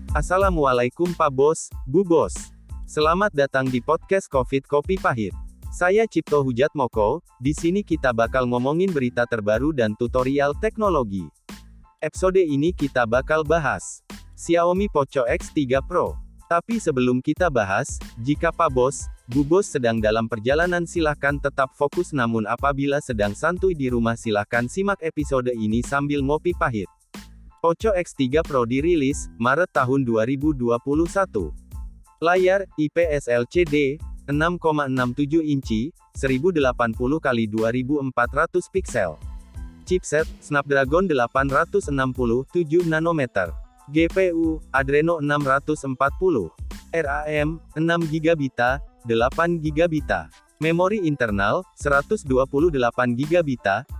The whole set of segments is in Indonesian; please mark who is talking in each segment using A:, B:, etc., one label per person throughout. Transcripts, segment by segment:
A: Assalamualaikum Pak Bos, Bu Bos. Selamat datang di podcast COVID Kopi Pahit. Saya Cipto Hujatmoko, di sini kita bakal ngomongin berita terbaru dan tutorial teknologi. Episode ini kita bakal bahas Xiaomi Poco X3 Pro. Tapi sebelum kita bahas, jika Pak Bos, Bu Bos sedang dalam perjalanan silahkan tetap fokus, namun apabila sedang santuy di rumah silahkan simak episode ini sambil ngopi pahit. Poco X3 Pro dirilis Maret tahun 2021. Layar IPS LCD 6,67 inci, 1080x2400 pixel. Chipset Snapdragon 867 nanometer. GPU Adreno 640. RAM 6GB, 8GB. Memori internal 128GB,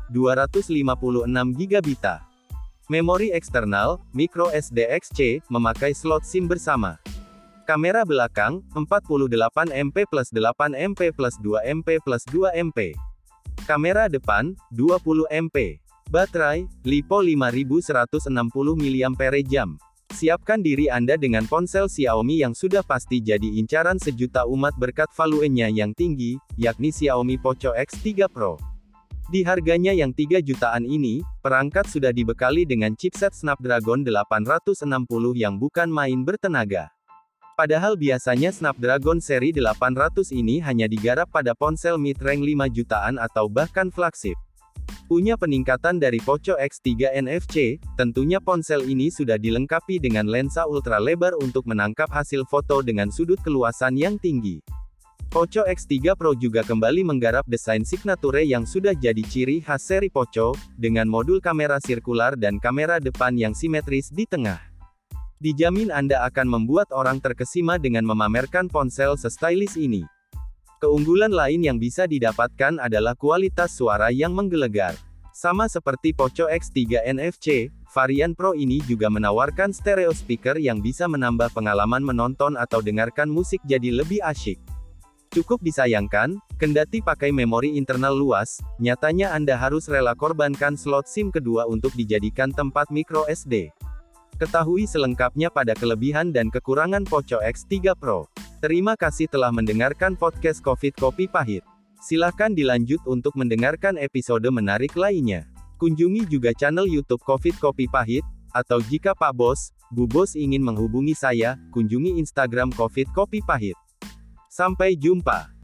A: 256GB. Memori eksternal, microSD-XC, memakai slot SIM bersama. Kamera belakang, 48MP plus 8MP plus 2MP plus 2MP. Kamera depan, 20MP. Baterai, LiPo 5160 mAh. Siapkan diri Anda dengan ponsel Xiaomi yang sudah pasti jadi incaran sejuta umat berkat valuenya yang tinggi, yakni Xiaomi Poco X3 Pro. Di harganya yang 3 jutaan ini, perangkat sudah dibekali dengan chipset Snapdragon 860 yang bukan main bertenaga. Padahal biasanya Snapdragon seri 800 ini hanya digarap pada ponsel mid-range 5 jutaan atau bahkan flagship. Punya peningkatan dari Poco X3 NFC, tentunya ponsel ini sudah dilengkapi dengan lensa ultra lebar untuk menangkap hasil foto dengan sudut keluasan yang tinggi. Poco X3 Pro juga kembali menggarap desain signature yang sudah jadi ciri khas seri Poco, dengan modul kamera sirkular dan kamera depan yang simetris di tengah. Dijamin Anda akan membuat orang terkesima dengan memamerkan ponsel se-stylish ini. Keunggulan lain yang bisa didapatkan adalah kualitas suara yang menggelegar. Sama seperti Poco X3 NFC, varian Pro ini juga menawarkan stereo speaker yang bisa menambah pengalaman menonton atau dengarkan musik jadi lebih asyik. Cukup disayangkan, kendati pakai memori internal luas, nyatanya Anda harus rela korbankan slot SIM kedua untuk dijadikan tempat microSD. Ketahui selengkapnya pada kelebihan dan kekurangan Poco X3 Pro. Terima kasih telah mendengarkan podcast COVID Kopi Pahit. Silahkan dilanjut untuk mendengarkan episode menarik lainnya. Kunjungi juga channel YouTube COVID Kopi Pahit, atau jika Pak Bos, Bu Bos ingin menghubungi saya, kunjungi Instagram COVID Kopi Pahit. Sampai jumpa.